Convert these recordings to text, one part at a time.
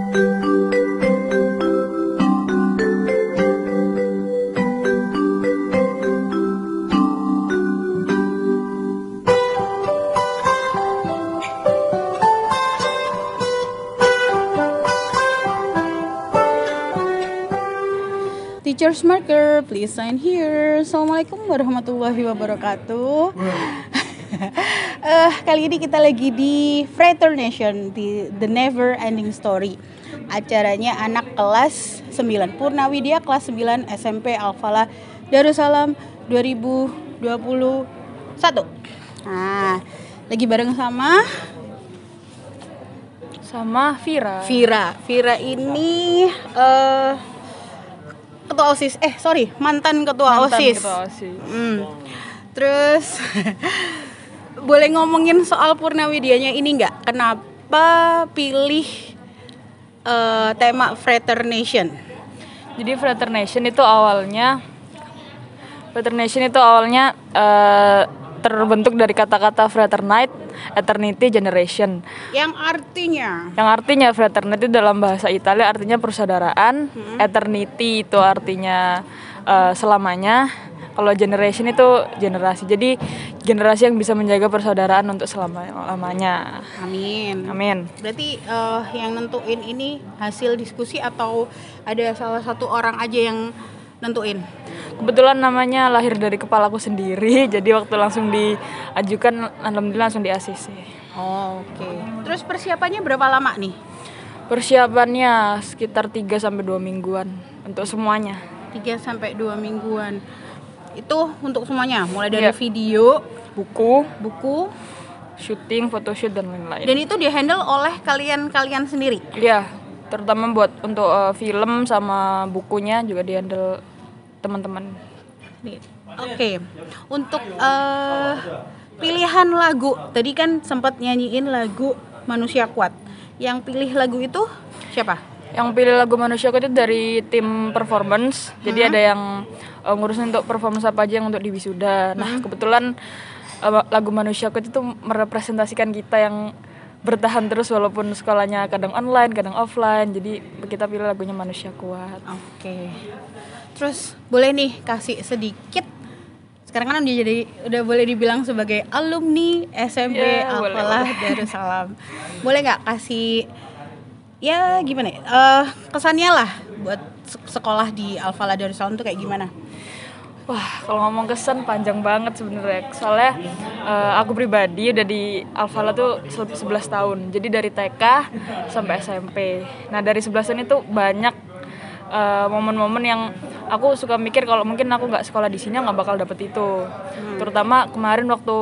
Teacher's marker, please sign here. Assalamualaikum warahmatullahi wabarakatuh. Kali ini kita lagi di Fraternation, di The Never Ending Story. Acaranya anak kelas 9, Purnawidya kelas 9 SMP Al-Falah Darussalam 2021. Nah, lagi bareng sama Vira. Vira ini ketua OSIS, mantan ketua OSIS. Terus boleh ngomongin soal Purnawidyanya ini nggak? Kenapa pilih tema Fraternation? Jadi Fraternation itu awalnya terbentuk dari kata-kata fraternite, eternity, generation. Yang artinya fraternity dalam bahasa Italia artinya persaudaraan, eternity itu artinya selamanya. Kalau generation itu generasi. Jadi generasi yang bisa menjaga persaudaraan untuk selama-lamanya. Amin. Berarti yang nentuin ini hasil diskusi atau ada salah satu orang aja yang nentuin? Kebetulan namanya lahir dari kepalaku sendiri, jadi waktu langsung diajukan, alhamdulillah langsung di-ACC. Oh, oke. Terus persiapannya berapa lama nih? Persiapannya sekitar 3-2 mingguan untuk semuanya. 3-2 mingguan. Itu untuk semuanya, mulai dari video, buku, syuting, photoshoot dan lain-lain. Dan itu di-handle oleh kalian sendiri? Iya, terutama untuk film sama bukunya juga di-handle teman-teman. Oke. Untuk pilihan lagu, tadi kan sempat nyanyiin lagu Manusia Kuat. Yang pilih lagu itu siapa? Yang pilih lagu Manusia Kuat itu dari tim performance. Jadi ada yang ngurusin untuk performance apa aja yang untuk di wisuda. Nah, kebetulan lagu Manusia Kuat itu merepresentasikan kita yang bertahan terus walaupun sekolahnya kadang online, kadang offline. Jadi kita pilih lagunya Manusia Kuat. Oke. Terus boleh nih kasih sedikit, sekarang kan udah boleh dibilang sebagai alumni SMP Al-Falah Darussalam. Boleh nggak kasih gimana ya, kesannya lah buat sekolah di Al-Falah Darussalam tuh kayak gimana? Wah, kalau ngomong kesan panjang banget sebenarnya. Soalnya aku pribadi udah di Al-Falah tuh 11 tahun. Jadi dari TK sampai SMP. Nah, dari 11 tahun itu banyak momen-momen yang aku suka mikir kalau mungkin aku nggak sekolah di sini nggak bakal dapet itu. Terutama kemarin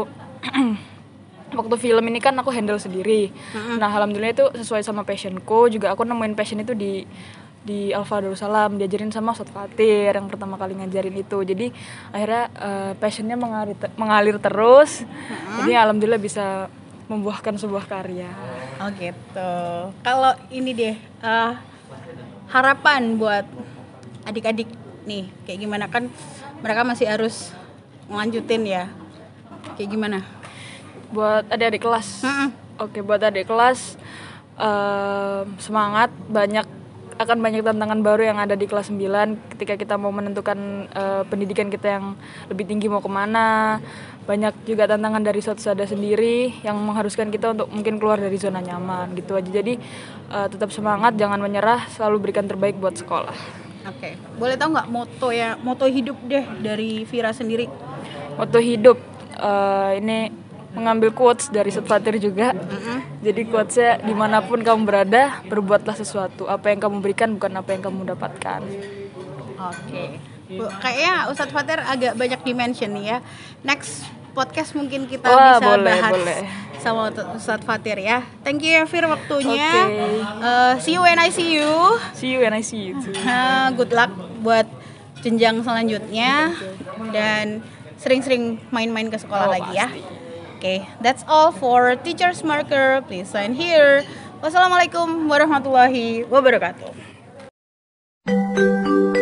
waktu film ini kan aku handle sendiri. Nah, alhamdulillah itu sesuai sama passionku. Juga aku nemuin passion itu di Al-Falah Darussalam, diajarin sama Ustadz Fatir yang pertama kali ngajarin itu. Jadi akhirnya passionnya mengalir terus. Jadi alhamdulillah bisa membuahkan sebuah karya. Oh gitu. Kalau ini deh, harapan buat adik-adik nih, kayak gimana, kan mereka masih harus ngelanjutin ya, kayak gimana buat adik-adik kelas? Oke, buat adik kelas semangat, akan banyak tantangan baru yang ada di kelas 9 ketika kita mau menentukan pendidikan kita yang lebih tinggi mau kemana. Banyak juga tantangan dari suatu sendiri yang mengharuskan kita untuk mungkin keluar dari zona nyaman gitu aja. Jadi tetap semangat, jangan menyerah, selalu berikan terbaik buat sekolah. Oke. Boleh tahu nggak moto hidup deh dari Vira sendiri? Moto hidup ini mengambil quotes dari Ustadz Fatir juga. Jadi quotesnya, dimanapun kamu berada, berbuatlah sesuatu. Apa yang kamu berikan bukan apa yang kamu dapatkan. Oke. Kayaknya Ustadz Fatir agak banyak dimension nih ya. Next podcast mungkin kita bisa bahas sama Ustadz Fatir ya. Thank you ya Fir waktunya. See you when I see you. See you when I see you too. Good luck buat jenjang selanjutnya dan sering-sering main-main ke sekolah lagi ya. Okay, that's all for Teacher's Marker. Please sign here. Wassalamualaikum warahmatullahi wabarakatuh.